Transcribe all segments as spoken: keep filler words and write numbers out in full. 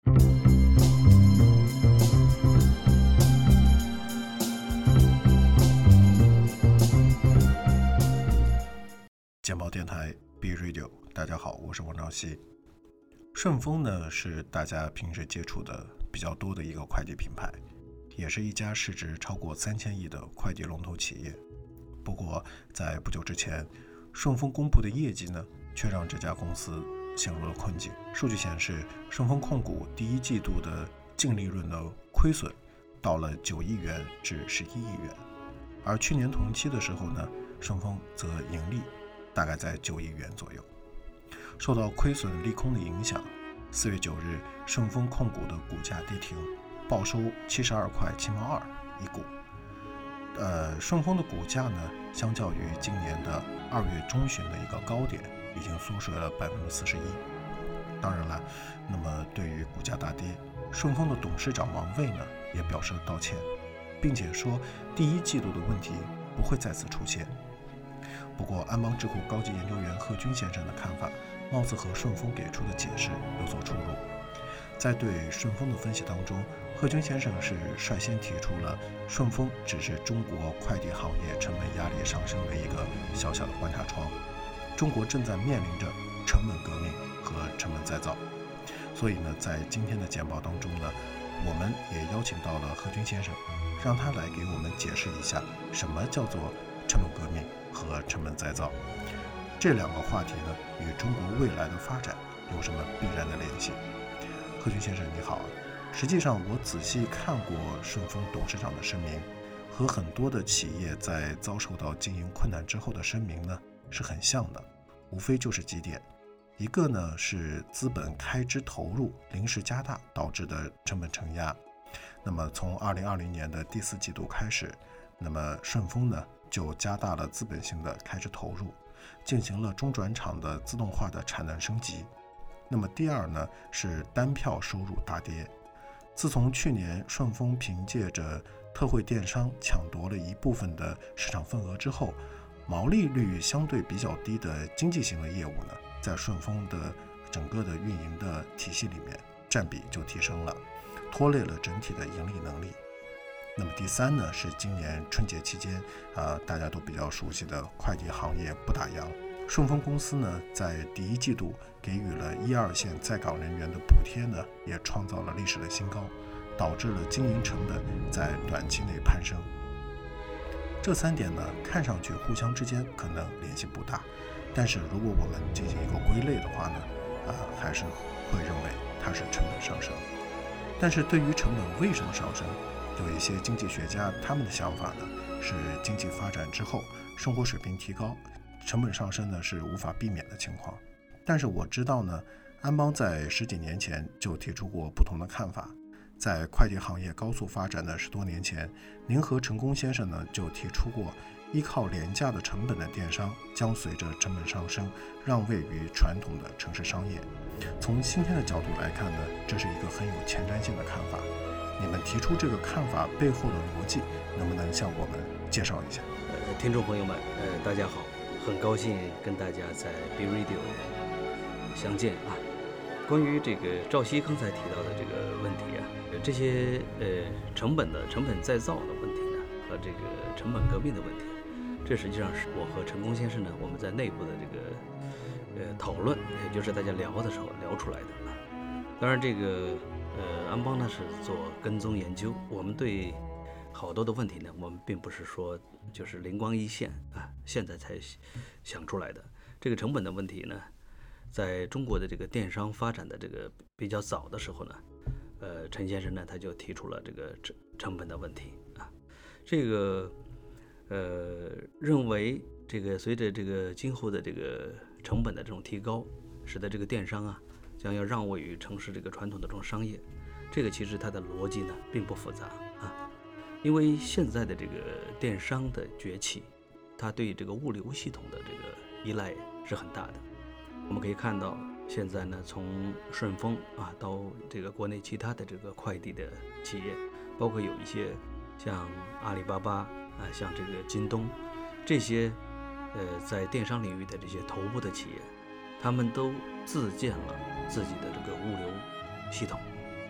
简报电台 B Radio， 大家好，我是王兆熙。顺丰呢是大家平时接触的比较多的一个快递品牌，也是一家市值超过三千亿的快递龙头企业。不过在不久之前，顺丰公布的业绩呢，却让这家公司陷入了困境。数据显示，顺丰控股第一季度的净利润的亏损到了九亿元至十一亿元，而去年同期的时候呢，顺丰则盈利大概在九亿元左右。受到亏损利空的影响，四月九日，顺丰控股的股价跌停，报收七十二块七毛二一股。呃，顺丰的股价呢，相较于今年的二月中旬的一个高点，已经缩水了百分之四十一。当然了，那么对于股价大跌，顺丰的董事长王卫呢也表示了道歉，并且说第一季度的问题不会再次出现。不过，安邦智库高级研究员贺军先生的看法，貌似和顺丰给出的解释有所出入。在对顺丰的分析当中，贺军先生是率先提出了顺丰只是中国快递行业成本压力上升的一个小小的观察窗，中国正在面临着成本革命和成本再造。所以呢，在今天的简报当中呢，我们也邀请到了贺军先生，让他来给我们解释一下什么叫做成本革命和成本再造，这两个话题呢，与中国未来的发展有什么必然的联系？贺军先生你好，实际上我仔细看过顺丰董事长的声明，和很多的企业在遭受到经营困难之后的声明呢是很像的，无非就是几点。一个呢是资本开支投入临时加大导致的成本承压。那么从二零二零年的第四季度开始，那么顺丰呢就加大了资本性的开支投入，进行了中转场的自动化的产能升级。那么第二呢是单票收入大跌。自从去年顺丰凭借着特惠电商抢夺了一部分的市场份额之后，毛利率相对比较低的经济型的业务呢，在顺丰的整个的运营的体系里面占比就提升了，拖累了整体的盈利能力。那么第三呢是今年春节期间啊，大家都比较熟悉的快递行业不打烊，顺丰公司呢在第一季度给予了一二线在岗人员的补贴呢，也创造了历史的新高，导致了经营成本在短期内攀升。这三点呢看上去互相之间可能联系不大，但是如果我们进行一个归类的话呢，啊，还是会认为它是成本上升。但是对于成本为什么上升，有一些经济学家他们的想法呢是经济发展之后生活水平提高，成本上升呢是无法避免的情况。但是我知道呢，安邦在十几年前就提出过不同的看法。在快递行业高速发展的十多年前，宁和成功先生呢就提出过，依靠廉价的成本的电商将随着成本上升让位于传统的城市商业。从今天的角度来看呢，这是一个很有前瞻性的看法。你们提出这个看法背后的逻辑，能不能向我们介绍一下？ 呃，听众朋友们，呃，大家好，很高兴跟大家在 B Radio 相见啊。关于这个兆熙刚才提到的这个问题啊，这些呃成本的成本再造的问题呢，和这个成本革命的问题，这实际上是我和陈功先生呢，我们在内部的这个呃讨论，也就是大家聊的时候聊出来的。当然，这个呃安邦呢是做跟踪研究，我们对好多的问题呢，我们并不是说就是灵光一现啊，现在才想出来的。这个成本的问题呢，在中国的这个电商发展的这个比较早的时候呢，呃，陈先生呢他就提出了这个成成本的问题啊，这个呃认为这个随着这个今后的这个成本的这种提高，使得这个电商啊将要让位于城市这个传统的这种商业，这个其实它的逻辑呢并不复杂啊，因为现在的这个电商的崛起，它对这个物流系统的这个依赖是很大的。我们可以看到，现在呢，从顺丰啊到这个国内其他的这个快递的企业，包括有一些像阿里巴巴啊，像这个京东这些呃在电商领域的这些头部的企业，他们都自建了自己的这个物流系统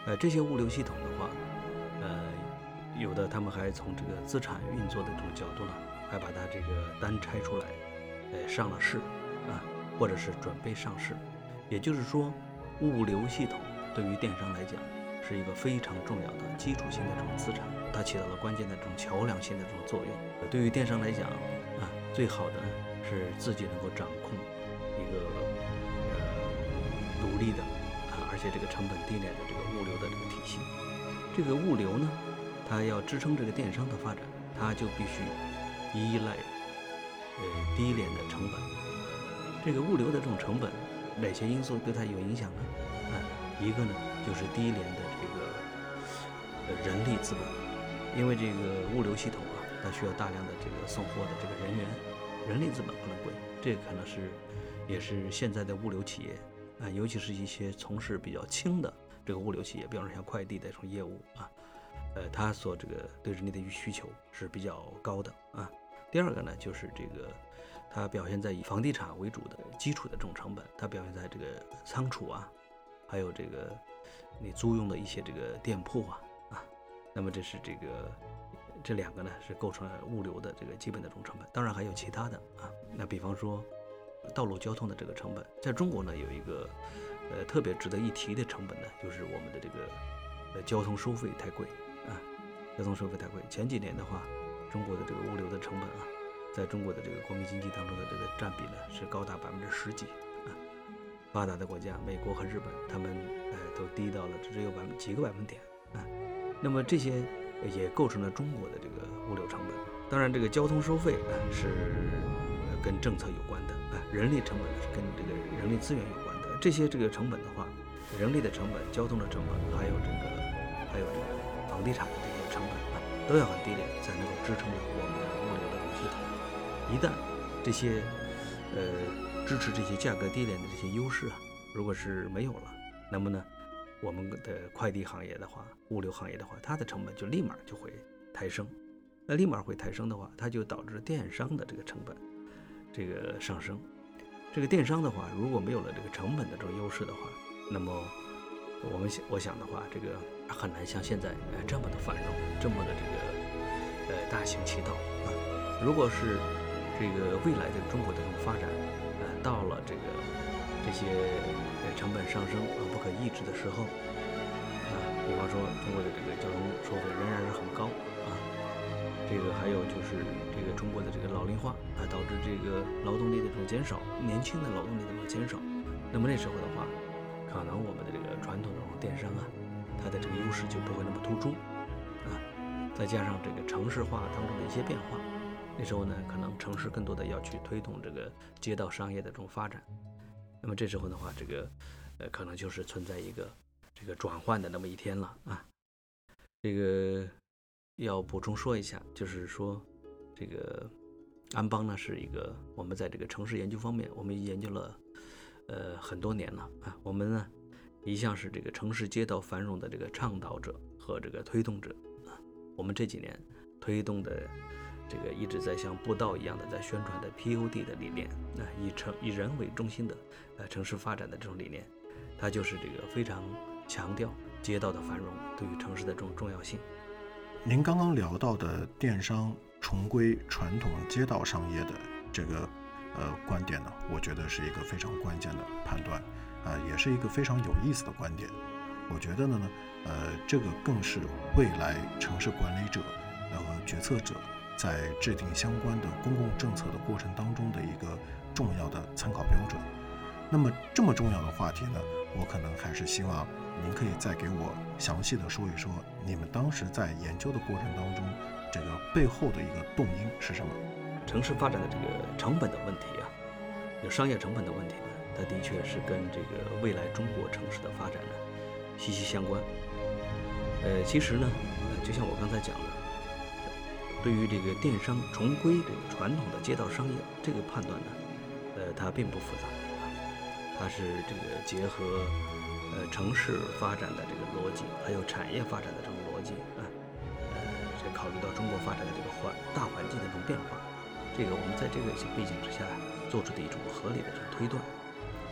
呃，这些物流系统的话，呃，有的他们还从这个资产运作的这种角度呢，还把它这个单拆出来，呃，上了市啊，或者是准备上市。也就是说，物流系统对于电商来讲是一个非常重要的基础性的这种资产，它起到了关键的这种桥梁性的这种作用。对于电商来讲啊，最好的是自己能够掌控一个呃独立的啊，而且这个成本低廉的这个物流的这个体系。这个物流呢，它要支撑这个电商的发展，它就必须依赖呃低廉的成本。这个物流的这种成本，哪些因素对它有影响呢？啊，一个呢就是低廉的这个呃人力资本，因为这个物流系统啊，它需要大量的这个送货的这个人员，人力资本可能贵，这个可能是也是现在的物流企业啊，尤其是一些从事比较轻的这个物流企业，比方说像快递的这种业务啊，呃，它所这个对人力的需求是比较高的啊。第二个呢，就是这个它表现在以房地产为主的基础的这种成本，它表现在这个仓储啊，还有这个你租用的一些这个店铺啊啊，那么这是这个这两个呢是构成了物流的这个基本的这种成本，当然还有其他的啊，那比方说道路交通的这个成本，在中国呢有一个呃特别值得一提的成本呢，就是我们的这个呃交通收费太贵啊，交通收费太贵。前几年的话，中国的这个物流的成本啊，在中国的这个国民经济当中的这个占比呢是高达百分之十几啊。发达的国家，美国和日本，他们呃都低到了只有百分几个百分点啊。那么这些也构成了中国的这个物流成本。当然，这个交通收费啊是跟政策有关的啊，人力成本是跟这个人力资源有关的。这些这个成本的话，人力的成本、交通的成本，还有这个还有这个房地产的这些成本啊，都要很低廉，才能够支撑着我们的物流的系统。一旦这些呃支持这些价格低廉的这些优势啊，如果是没有了，那么呢，我们的快递行业的话，物流行业的话，它的成本就立马就会抬升。那立马会抬升的话，它就导致电商的这个成本这个上升。这个电商的话，如果没有了这个成本的这种优势的话，那么我们想，我想的话，这个很难像现在呃这么的繁荣，这么的这个呃大行其道啊。如果是这个未来的中国的这种发展，呃，到了这个这些呃成本上升啊不可抑制的时候啊，比方说中国的这个交通收费仍然是很高啊，这个还有就是这个中国的这个老龄化啊，导致这个劳动力的这种减少，年轻的劳动力的这种减少，那么那时候的话，可能我们的这个传统的这种电商啊，它的这个优势就不会那么突出啊，再加上这个城市化当中的一些变化。那时候呢，可能城市更多的要去推动这个街道商业的这种发展，那么这时候的话，这个呃可能就是存在一个这个转换的那么一天了啊。这个要补充说一下，就是说这个安邦呢是一个我们在这个城市研究方面，我们研究了呃很多年了啊。我们呢一向是这个城市街道繁荣的这个倡导者和这个推动者啊。我们这几年推动的这个一直在像布道一样的在宣传的 P O D 的理念，那以城以人为中心的呃城市发展的这种理念，它就是这个非常强调街道的繁荣对于城市的这种重要性。 您刚刚聊到的电商重归传统街道商业的这个呃观点呢，我觉得是一个非常关键的判断，啊、呃，也是一个非常有意思的观点。我觉得呢，呃，这个更是未来城市管理者和决策者在制定相关的公共政策的过程当中的一个重要的参考标准。那么这么重要的话题呢，我可能还是希望您可以再给我详细的说一说，你们当时在研究的过程当中，这个背后的一个动因是什么？ 城市发展的这个成本的问题啊，有商业成本的问题呢，它的确是跟这个未来中国城市的发展呢息息相关。呃，其实呢，呃，就像我刚才讲的，对于这个电商重归这个传统的街道商业这个判断呢，呃，它并不复杂，它是这个结合呃城市发展的这个逻辑，还有产业发展的这种逻辑啊，呃，这考虑到中国发展的这个环大环境的这种变化，这个我们在这个背景之下做出的一种合理的这种推断。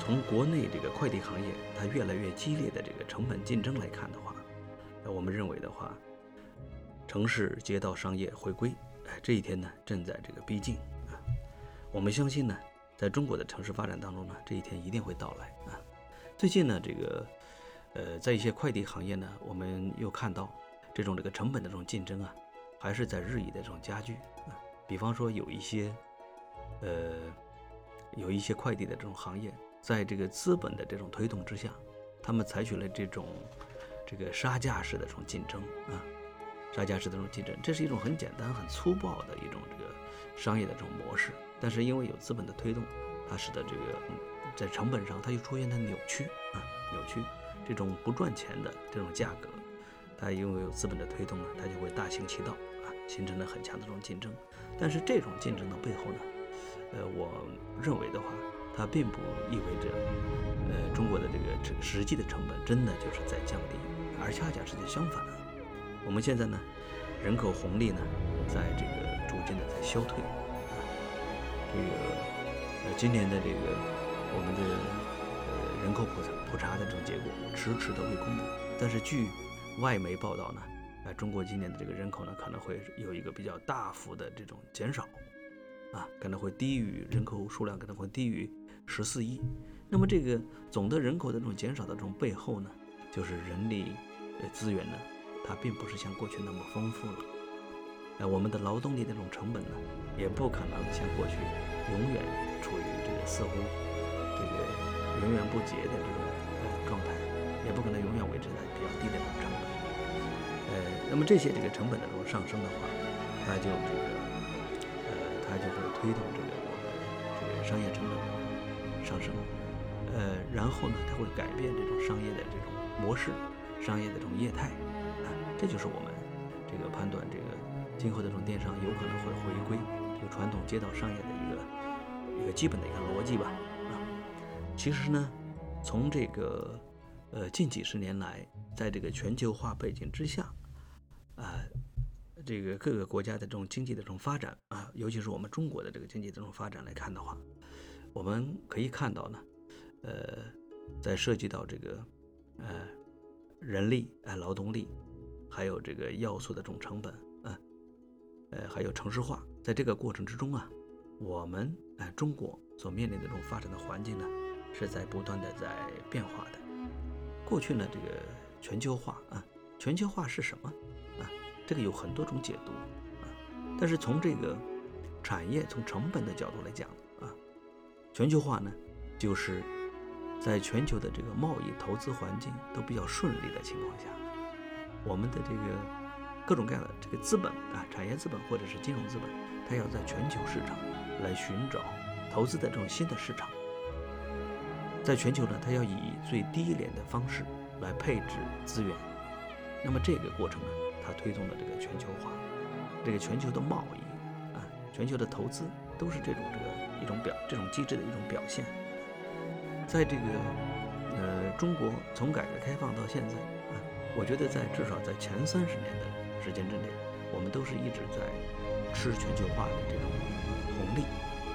从国内这个快递行业它越来越激烈的这个成本竞争来看的话，我们认为的话，城市街道商业回归，哎，这一天呢正在这个逼近啊。我们相信呢，在中国的城市发展当中呢，这一天一定会到来啊。最近呢，这个呃，在一些快递行业呢，我们又看到这种这个成本的这种竞争啊，还是在日益的这种加剧啊。比方说有一些呃有一些快递的这种行业，在这个资本的这种推动之下，他们采取了这种这个杀价式的这种竞争啊，杀价式的这种竞争，这是一种很简单、很粗暴的一种这个商业的这种模式。但是因为有资本的推动，它使得这个在成本上它就出现了扭曲啊，扭曲这种不赚钱的这种价格，它因为有资本的推动呢，它就会大行其道啊，形成了很强的这种竞争。但是这种竞争的背后呢，呃，我认为的话，它并不意味着，呃，中国的这个实际的成本真的就是在降低，而恰恰是在相反。我们现在呢，人口红利呢，在这个逐渐的在消退，啊，这个呃，今年的这个我们的呃人口普查普查的这种结果迟迟的未公布，但是据外媒报道呢，呃，中国今年的这个人口呢可能会有一个比较大幅的这种减少。啊，可能会低于人口数量，可能会低于十四亿。那么这个总的人口的这种减少的这种背后呢，就是人力呃资源呢，它并不是像过去那么丰富了。呃，我们的劳动力的这种成本呢，也不可能像过去永远处于这个似乎这个源源不竭的这种呃状态，也不可能永远维持在比较低的这种成本。呃，那么这些这个成本的这种上升的话，它就这个。它就会推动这个我们这个商业成本的上升，呃，然后呢，它会改变这种商业的这种模式、商业的这种业态，啊，这就是我们这个判断这个今后的这种电商有可能会回归这个传统街道商业的一个一个基本的一个逻辑吧，啊，其实呢，从这个呃近几十年来，在这个全球化背景之下，啊。这个各个国家的这种经济的这种发展啊，尤其是我们中国的这个经济的这种发展来看的话，我们可以看到呢，呃，在涉及到这个呃人力、呃劳动力，还有这个要素的这种成本啊，呃还有城市化，在这个过程之中啊，我们呃中国所面临的这种发展的环境呢，是在不断的在变化的。过去呢，这个全球化啊，全球化是什么啊？这个有很多种解读啊，但是从这个产业、从成本的角度来讲啊，全球化呢，就是在全球的这个贸易、投资环境都比较顺利的情况下，我们的这个各种各样的这个资本啊，产业资本或者是金融资本，它要在全球市场来寻找投资的这种新的市场，在全球呢，它要以最低廉的方式来配置资源，那么这个过程呢，它推动了这个全球化，这个全球的贸易啊，全球的投资都是这种这个一种表这种机制的一种表现。在这个呃中国从改革开放到现在啊，我觉得在至少在前三十年的时间之内，我们都是一直在吃全球化的这种红利。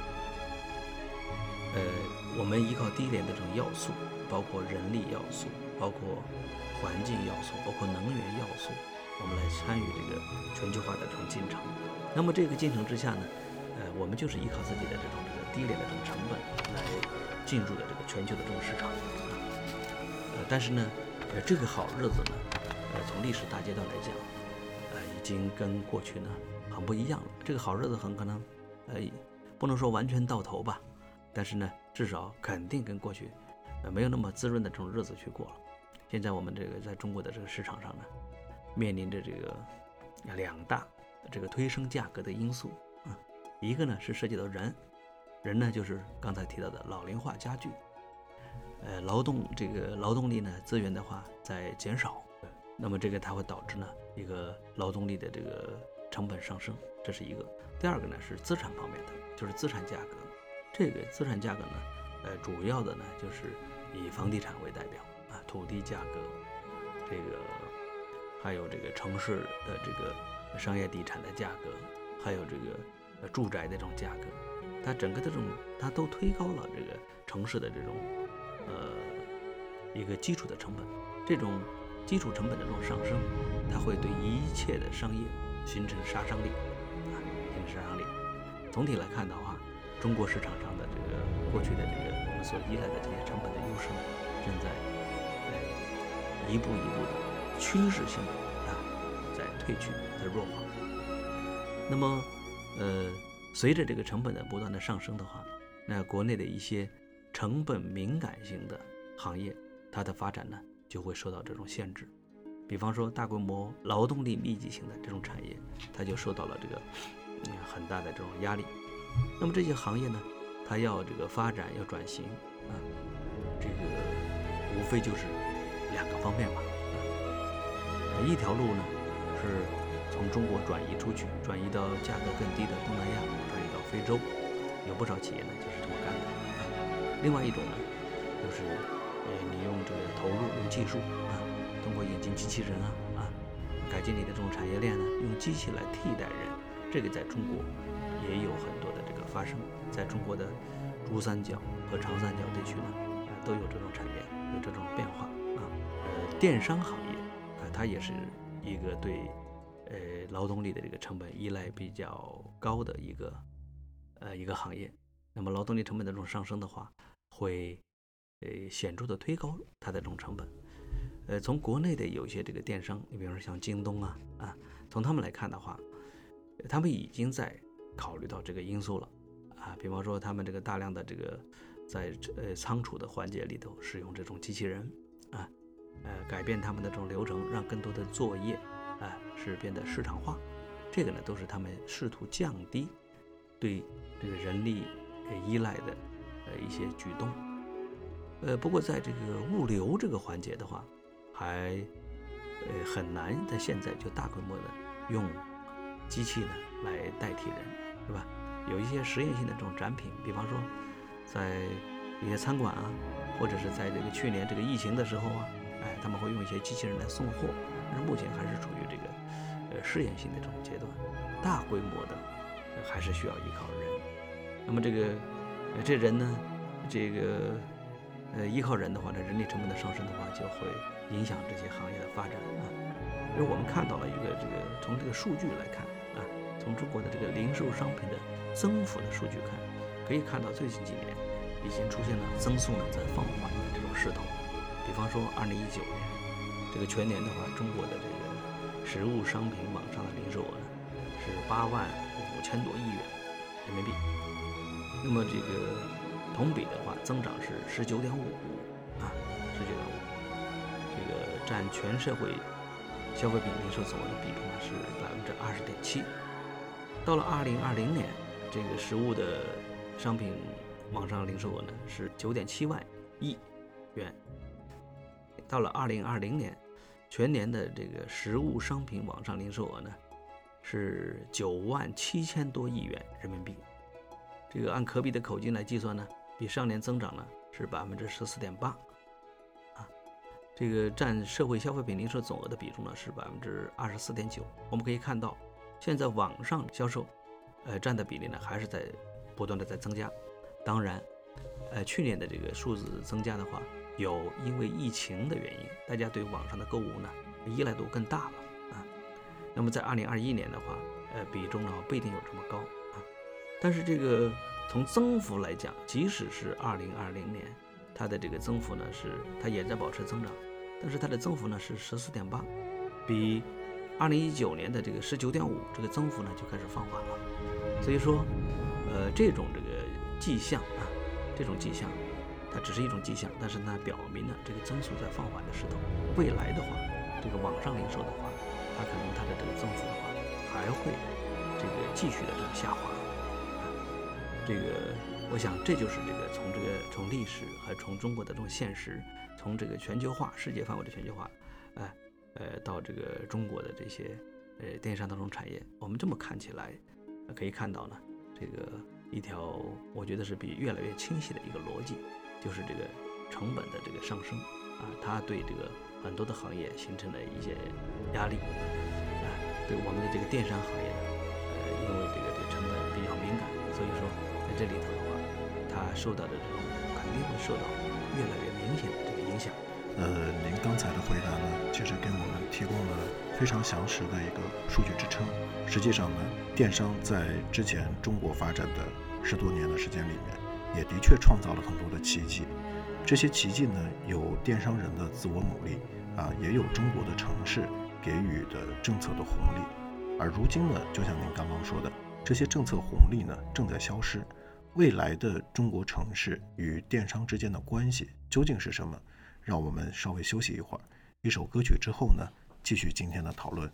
呃，我们依靠低廉的这种要素，包括人力要素，包括环境要素，包括能源要素。我们来参与这个全球化的这种进程，那么这个进程之下呢，呃，我们就是依靠自己的这种这个低廉的这种成本来进入的这个全球的这种市场，呃，但是呢，呃，这个好日子呢，呃，从历史大阶段来讲，呃，已经跟过去呢很不一样了。这个好日子很可能，呃，不能说完全到头吧，但是呢，至少肯定跟过去，呃，没有那么滋润的这种日子去过了。现在我们这个在中国的这个市场上呢，面临着这个两大这个推升价格的因素啊，一个呢是涉及到人，人呢就是刚才提到的老龄化加剧，呃，劳动这个劳动力呢资源的话在减少，那么这个它会导致呢一个劳动力的这个成本上升，这是一个。第二个呢是资产方面的，就是资产价格，这个资产价格呢，呃，主要的呢就是以房地产为代表啊，土地价格，这个。还有这个城市的这个商业地产的价格，还有这个呃住宅的这种价格，它整个的这种它都推高了这个城市的这种呃一个基础的成本，这种基础成本的这种上升，它会对一切的商业形成杀伤力啊，形成杀伤力。总体来看的话，中国市场上的这个过去的这个我们所依赖的这些成本的优势呢，正在呃一步一步的趋势性的啊在退去，在弱化。那么呃随着这个成本的不断的上升的话，那国内的一些成本敏感性的行业，它的发展呢就会受到这种限制。比方说大规模劳动力密集型的这种产业，它就受到了这个、嗯、很大的这种压力。那么这些行业呢，它要这个发展要转型啊，这个无非就是两个方面吧。啊、一条路呢是从中国转移出去，转移到价格更低的东南亚，转移到非洲，有不少企业呢就是这么干的。啊、另外一种呢，就是呃你用这个投入用技术啊，通过引进机器人啊啊，改进你的这种产业链呢，用机器来替代人，这个在中国也有很多的这个发生，在中国的珠三角和长三角地区呢，啊都有这种产业，有这种变化啊。呃，电商行业啊，它也是一个对呃劳动力的这个成本依赖比较高的一个呃一个行业。那么劳动力成本的这种上升的话，会呃显著的推高它的这种成本。呃，从国内的有一些这个电商，你比如说像京东啊啊，从他们来看的话，他们已经在考虑到这个因素了啊，比方说他们这个大量的这个在呃仓储的环节里头使用这种机器人啊，呃改变他们的这种流程，让更多的作业啊是变得市场化，这个呢都是他们试图降低对这个人力呃依赖的呃一些举动。呃，不过在这个物流这个环节的话，还呃很难在现在就大规模的用机器呢来代替人，是吧？有一些实验性的这种展品，比方说在一些餐馆啊，或者是在这个去年这个疫情的时候啊，哎，他们会用一些机器人来送货，但是目前还是处于这个呃试验性的这种阶段，大规模的、呃、还是需要依靠人。那么这个、呃、这人呢，这个呃依靠人的话呢，人力成本的上升的话，就会影响这些行业的发展啊。因为我们看到了一个这个从这个数据来看啊，从中国的这个零售商品的增幅的数据看，可以看到最近几年已经出现了增速呢在放缓的这种势头。比方说二零一九年这个全年的话，中国的这个实物商品网上的零售额呢是八万五千多亿元人民币，那么这个同比的话增长是十九点五啊，十九点五，这个占全社会消费品零售总额的比重呢是百分之二十点七。到了二零二零年，这个实物的商品网上零售额呢是九点七万亿元。到了二零二零年，全年的这个实物商品网上零售额呢是九万七千多亿元人民币。这个按可比的口径来计算呢，比上年增长呢是百分之十四点八。这个占社会消费品零售总额的比重呢是百分之二十四点九。我们可以看到，现在网上销售，呃，占的比例呢还是在不断的在增加。当然，呃，去年的这个数字增加的话，有因为疫情的原因，大家对网上的购物呢依赖度更大了啊。那么在二零二一年的话，呃，比重呢不一定有这么高啊。但是这个从增幅来讲，即使是二零二零年，它的这个增幅呢是它也在保持增长。但是它的增幅呢是十四点八，比二零一九年的这个十九点五这个增幅呢就开始放缓了。所以说，呃，这种这个迹象啊，这种迹象，它只是一种迹象，但是呢表明了这个增速在放缓的势头。未来的话，这个网上零售的话，它可能它的这个增幅的话还会这个继续的这个下滑。这个我想这就是这个从这个从历史和从中国的这种现实，从这个全球化世界范围的全球化，呃呃到这个中国的这些呃电商的这种产业，我们这么看起来，呃、可以看到呢，这个一条我觉得是比越来越清晰的一个逻辑，就是这个成本的这个上升啊，它对这个很多的行业形成了一些压力啊，对我们的这个电商行业呢，呃因为这个对成本比较敏感，所以说在这里头的话，它受到的这种肯定会受到越来越明显的这个影响。 呃，您刚才的回答呢，其实给我们提供了非常详实的一个数据支撑。实际上呢，电商在之前中国发展的十多年的时间里面，也的确创造了很多的奇迹。这些奇迹呢，有电商人的自我努力啊，也有中国的城市给予的政策的红利。而如今呢，就像您刚刚说的，这些政策红利呢正在消失。未来的中国城市与电商之间的关系究竟是什么？让我们稍微休息一会儿，一首歌曲之后呢，继续今天的讨论。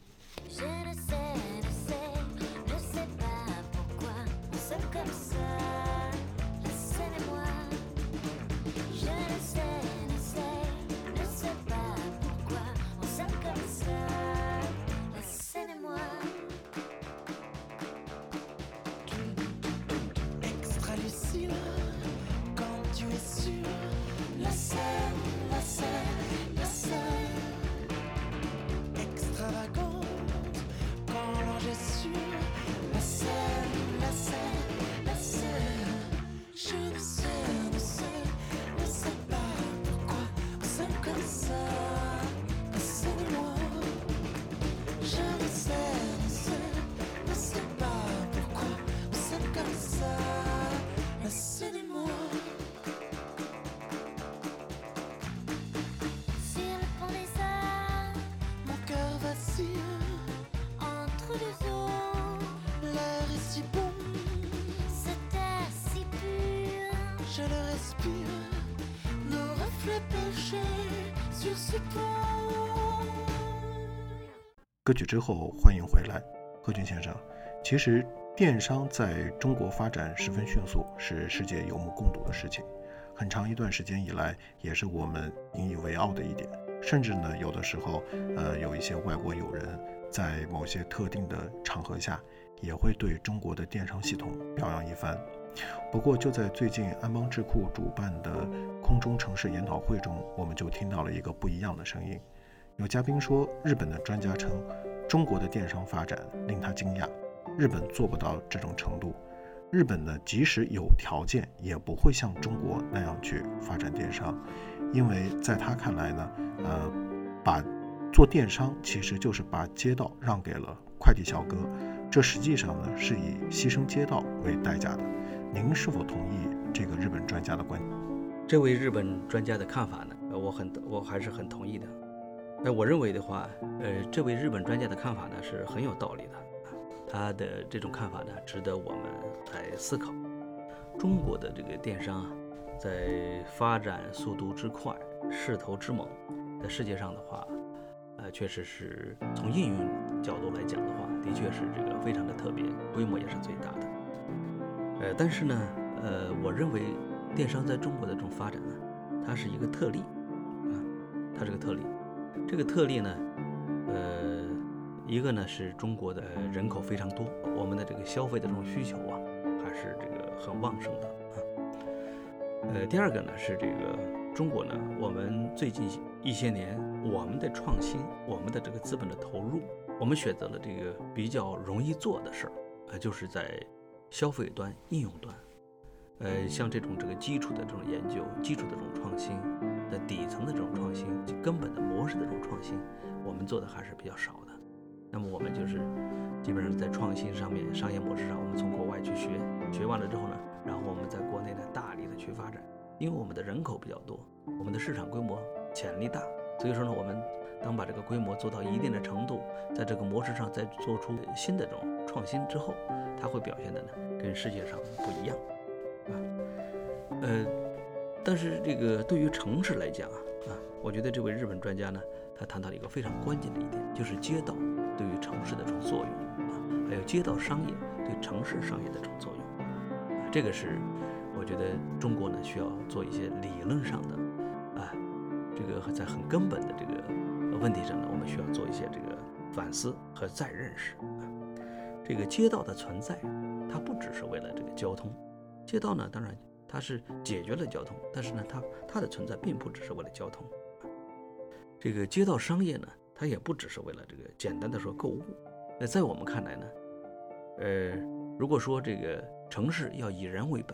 歌曲之后，欢迎回来，贺军先生。其实电商在中国发展十分迅速，是世界有目共睹的事情。很长一段时间以来，也是我们引以为傲的一点。甚至呢，有的时候，呃，有一些外国友人在某些特定的场合下，也会对中国的电商系统表扬一番。不过，就在最近安邦智库主办的空中城市研讨会中，我们就听到了一个不一样的声音。有嘉宾说，日本的专家称，中国的电商发展令他惊讶，日本做不到这种程度。日本呢，即使有条件，也不会像中国那样去发展电商，因为在他看来呢，呃，把做电商其实就是把街道让给了快递小哥，这实际上呢是以牺牲街道为代价的。您是否同意这个日本专家的观点？ 这位日本专家的看法呢，我很我还是很同意的。那我认为的话，呃，这位日本专家的看法呢是很有道理的，他的这种看法呢值得我们来思考。中国的这个电商啊，在发展速度之快、势头之猛，在世界上的话，呃，确实是从应用角度来讲的话，的确是这个非常的特别，规模也是最大的。呃，但是呢，呃，我认为电商在中国的这种发展呢，它是一个特例啊，它是个特例。这个特例呢，呃，一个呢是中国的人口非常多，我们的这个消费的这种需求啊，还是这个很旺盛的啊。呃，第二个呢是这个中国呢，我们最近一些年，我们的创新，我们的这个资本的投入，我们选择了这个比较容易做的事儿，呃，就是在消费端、应用端，呃，像这种这个基础的这种研究、基础的这种创新。的底层的这种创新，根本的模式的这种创新，我们做的还是比较少的。那么我们就是基本上在创新上面、商业模式上，我们从国外去学，学完了之后呢，然后我们在国内呢大力的去发展。因为我们的人口比较多，我们的市场规模潜力大，所以说呢，我们当把这个规模做到一定的程度，在这个模式上再做出新的这种创新之后，它会表现的呢跟世界上不一样啊，呃。但是这个对于城市来讲啊，啊，我觉得这位日本专家呢，他谈到了一个非常关键的一点，就是街道对于城市的这种作用啊，还有街道商业对城市商业的这种作用，啊，这个是我觉得中国呢需要做一些理论上的，啊，这个在很根本的这个问题上呢，我们需要做一些这个反思和再认识啊。这个街道的存在，它不只是为了这个交通，街道呢，当然。它是解决了交通，但是呢，它它的存在并不只是为了交通。这个街道商业呢，它也不只是为了这个简单的说购物。那在我们看来呢，呃，如果说这个城市要以人为本，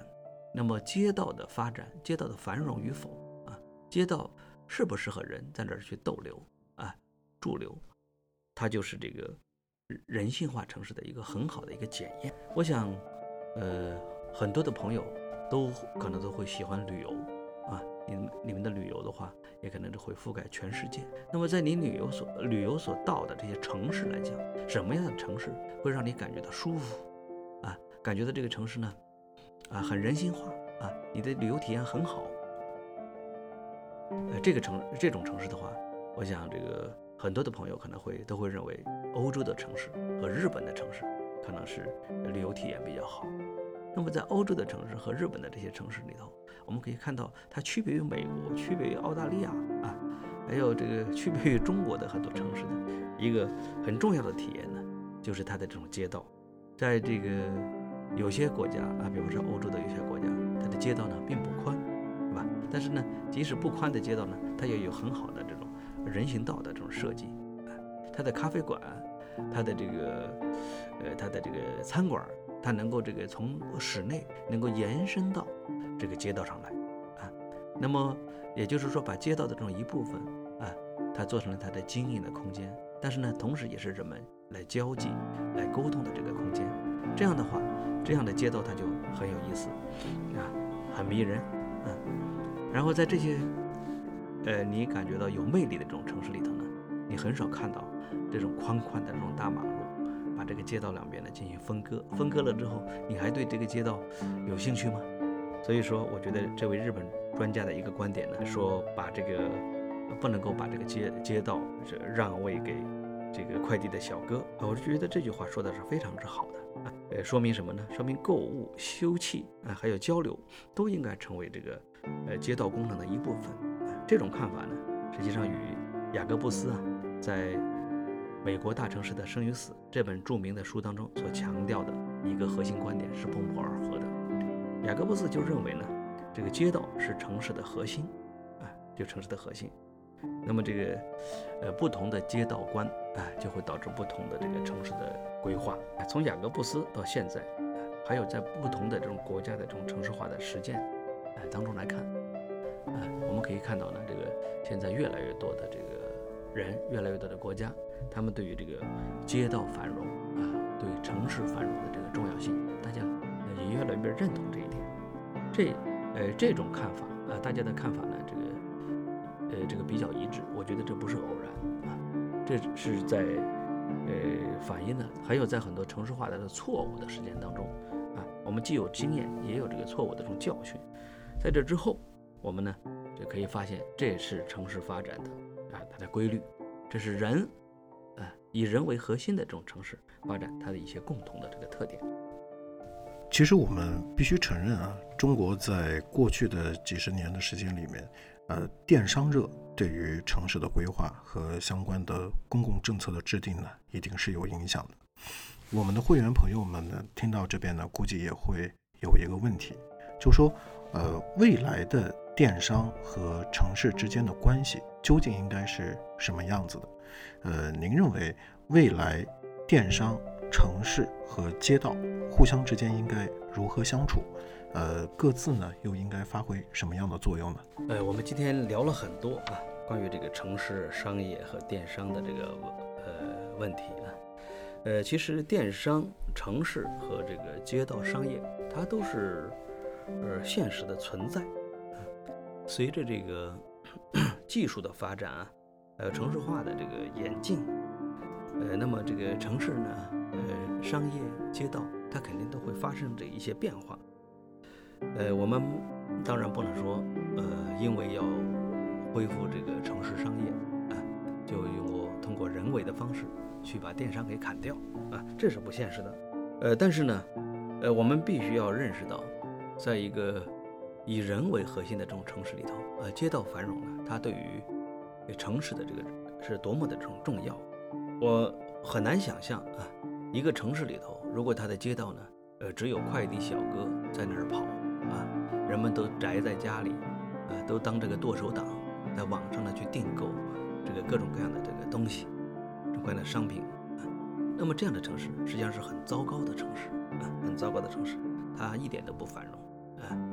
那么街道的发展，街道的繁荣与否啊，街道适不适合人在那儿去逗留啊、驻留，它就是这个人性化城市的一个很好的一个检验。我想，呃，很多的朋友都可能都会喜欢旅游啊，你们你们的旅游的话，也可能会覆盖全世界。那么在你旅游所旅游所到的这些城市来讲，什么样的城市会让你感觉到舒服啊？感觉到这个城市呢，啊，很人性化啊，你的旅游体验很好。呃，这个城这种城市的话，我想这个很多的朋友可能会都会认为，欧洲的城市和日本的城市可能是旅游体验比较好。那么在欧洲的城市和日本的这些城市里头，我们可以看到它区别于美国、区别于澳大利亚啊，还有这个区别于中国的很多城市的一个很重要的体验呢，就是它的这种街道。在这个有些国家啊，比方说欧洲的有些国家，它的街道呢并不宽，是吧？但是呢，即使不宽的街道呢，它也有很好的这种人行道的这种设计。它的咖啡馆，它的这个呃，它的这个餐馆，它能够这个从室内能够延伸到这个街道上来啊。那么也就是说，把街道的这种一部分啊，它做成了它的经营的空间，但是呢，同时也是人们来交际、来沟通的这个空间。这样的话，这样的街道它就很有意思啊，很迷人，嗯。然后在这些呃你感觉到有魅力的这种城市里头呢，你很少看到这种宽宽的这种大马路，把这个街道两边呢进行分割。分割了之后，你还对这个街道有兴趣吗？所以说，我觉得这位日本专家的一个观点呢，说把这个不能够把这个街街道让位给这个快递的小哥，我觉得这句话说的是非常之好的。呃，说明什么呢？说明购物、休憩啊，还有交流，都应该成为这个呃街道功能的一部分。啊、这种看法呢，实际上与雅各布斯啊在《美国大城市的生与死》这本著名的书当中所强调的一个核心观点是不谋而合的。雅各布斯就认为呢，这个街道是城市的核心，啊，就城市的核心。那么这个呃不同的街道观啊，就会导致不同的这个城市的规划。从雅各布斯到现在，还有在不同的这种国家的这种城市化的实践啊当中来看，啊，我们可以看到呢，这个现在越来越多的这个人，越来越多的国家，他们对于这个街道繁荣啊，对城市繁荣的这个重要性，大家也越来越认同这一点。这呃这种看法啊，大家的看法呢，这个。呃，这个比较一致，我觉得这不是偶然啊，这是在呃反映的，还有在很多城市化的错误的实践当中啊，我们既有经验，也有这个错误的这种教训。在这之后，我们呢就可以发现，这是城市发展的啊它的规律，这是人啊以人为核心的这种城市发展它的一些共同的这个特点。 其实我们必须承认啊，中国在过去的几十年的时间里面，呃，电商热对于城市的规划和相关的公共政策的制定呢，一定是有影响的。我们的会员朋友们呢，听到这边呢，估计也会有一个问题，就说，呃，未来的电商和城市之间的关系究竟应该是什么样子的？呃，您认为未来电商、城市和街道互相之间应该如何相处？呃，各自呢又应该发挥什么样的作用呢？ 呃，我们今天聊了很多啊，关于这个城市商业和电商的这个呃问题啊。呃，其实电商、城市和这个街道商业，它都是呃现实的存在。啊、随着这个技术的发展啊，呃，城市化的这个演进，呃，那么这个城市呢，呃，商业街道，它肯定都会发生这一些变化。呃，我们当然不能说，呃，因为要恢复这个城市商业啊，就用通过人为的方式去把电商给砍掉啊，这是不现实的。呃，但是呢，呃，我们必须要认识到，在一个以人为核心的这种城市里头，呃，街道繁荣呢，它对于城市的这个是多么的这种重要。我很难想象啊，一个城市里头，如果它的街道呢，呃，只有快递小哥在那儿跑。啊，人们都宅在家里，啊，都当这个剁手党，在网上呢去订购这个各种各样的这个东西，各种各样的商品啊。那么这样的城市实际上是很糟糕的城市啊，很糟糕的城市，它一点都不繁荣啊，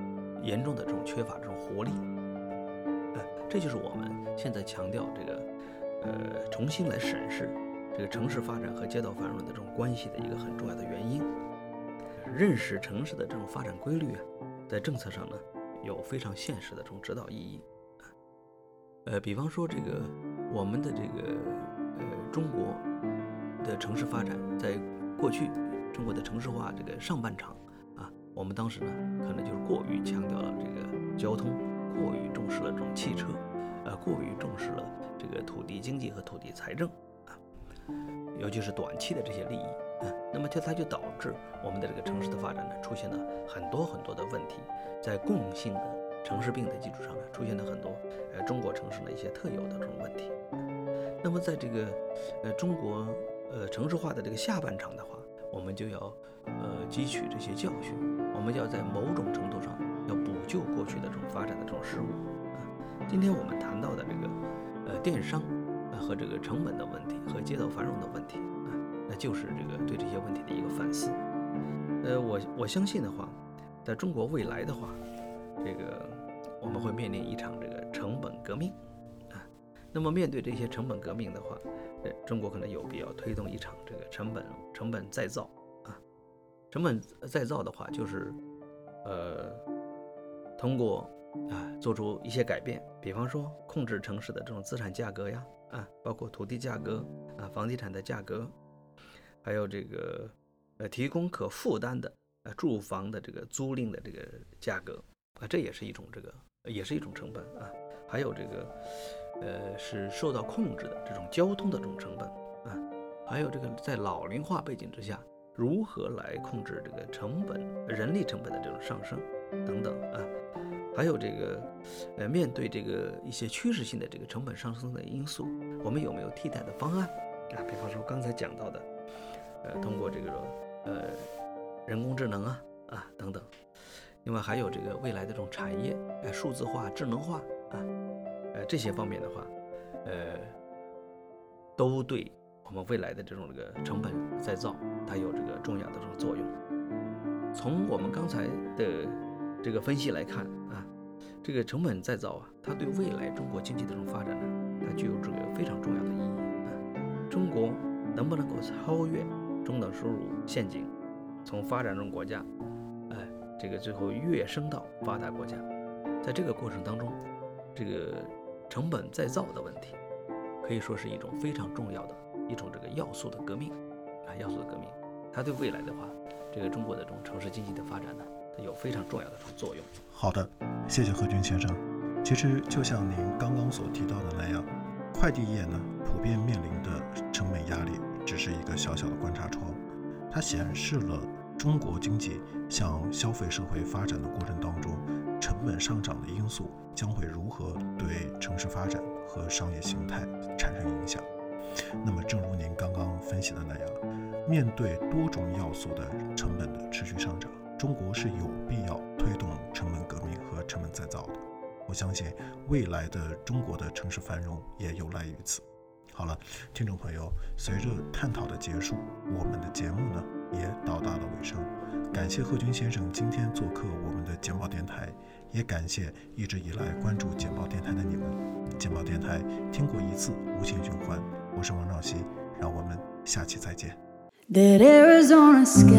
严重的这种缺乏这种活力。呃，这就是我们现在强调这个呃重新来审视这个城市发展和街道繁荣的这种关系的一个很重要的原因。认识城市的这种发展规律啊，在政策上呢有非常现实的这种指导意义。呃，比方说这个我们的这个呃中国的城市发展，在过去中国的城市化这个上半场啊，我们当时呢可能就是过于强调了这个交通，过于重视了这种汽车，呃，过于重视了这个土地经济和土地财政啊，尤其是短期的这些利益啊，那么就它就导致我们的这个城市的发展呢出现了很多很多的问题，在共性的城市病的基础上呢，出现了很多呃中国城市的一些特有的这种问题。那么在这个呃中国呃城市化的这个下半场的话，我们就要呃汲取这些教训，我们要在某种程度上要补救过去的这种发展的这种失误啊。今天我们谈到的这个呃电商啊和这个成本的问题和街道繁荣的问题啊，那就是这个对这些问题的一个反思。呃，我我相信的话，在中国未来的话，这个我们会面临一场这个成本革命啊。那么面对这些成本革命的话，呃，中国可能有必要推动一场这个成本成本再造啊。成本再造的话，就是呃通过啊做出一些改变，比方说控制城市的这种资产价格呀啊，包括土地价格啊、房地产的价格，还有这个呃提供可负担的呃住房的这个租赁的这个价格。啊，这也是一种这个，也是一种成本啊。还有这个，呃，是受到控制的这种交通的这种成本啊。还有这个在老龄化背景之下，如何来控制这个成本、人力成本的这种上升等等啊。还有这个，呃，面对这个一些趋势性的这个成本上升的因素，我们有没有替代的方案啊？比方说刚才讲到的，呃，通过这个呃人工智能啊啊等等。另外还有这个未来的这种产业，呃，数字化、智能化啊，呃，这些方面的话，呃，都对我们未来的这种这个成本再造，它有这个重要的这种作用。从我们刚才的这个分析来看啊，这个成本再造啊，它对未来中国经济的这种发展呢，它具有这个非常重要的意义啊。中国能不能够超越中等收入陷阱，从发展中国家，哎、呃。这个最后跃升到发达国家，在这个过程当中，这个成本再造的问题，可以说是一种非常重要的一种这个要素的革命啊，要素的革命，它对未来的话，这个中国的这种城市经济的发展呢，它有非常重要的这种作用。 好的，谢谢何军先生。其实就像您刚刚所提到的那样，快递业呢普遍面临的成本压力，只是一个小小的观察窗，它显示了中国经济向消费社会发展的过程当中，成本上涨的因素将会如何对城市发展和商业形态产生影响。那么正如您刚刚分析的那样，面对多种要素的成本的持续上涨，中国是有必要推动成本革命和成本再造的。我相信未来的中国的城市繁荣也有赖于此。好了，听众朋友，随着探讨的结束，我们的节目呢也到达了尾声。感谢贺军先生今天做客我们的简报电台，也感谢一直以来关注简报电台的你们。简报电台听过一次无限循环，我是王兆熙，让我们下期再见。 That Arizona sky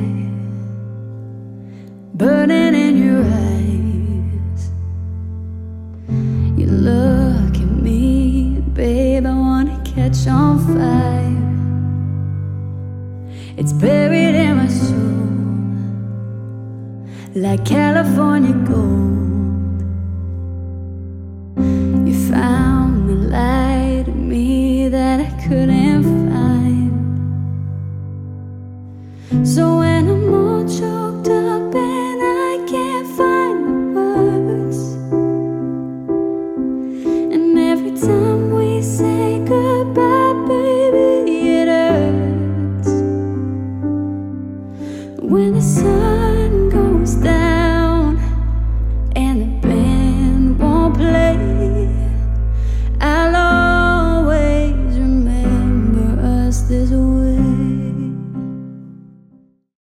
burning in your eyes, you look at me, babe, I wanna catch on fire. It's buried in my soul like California gold.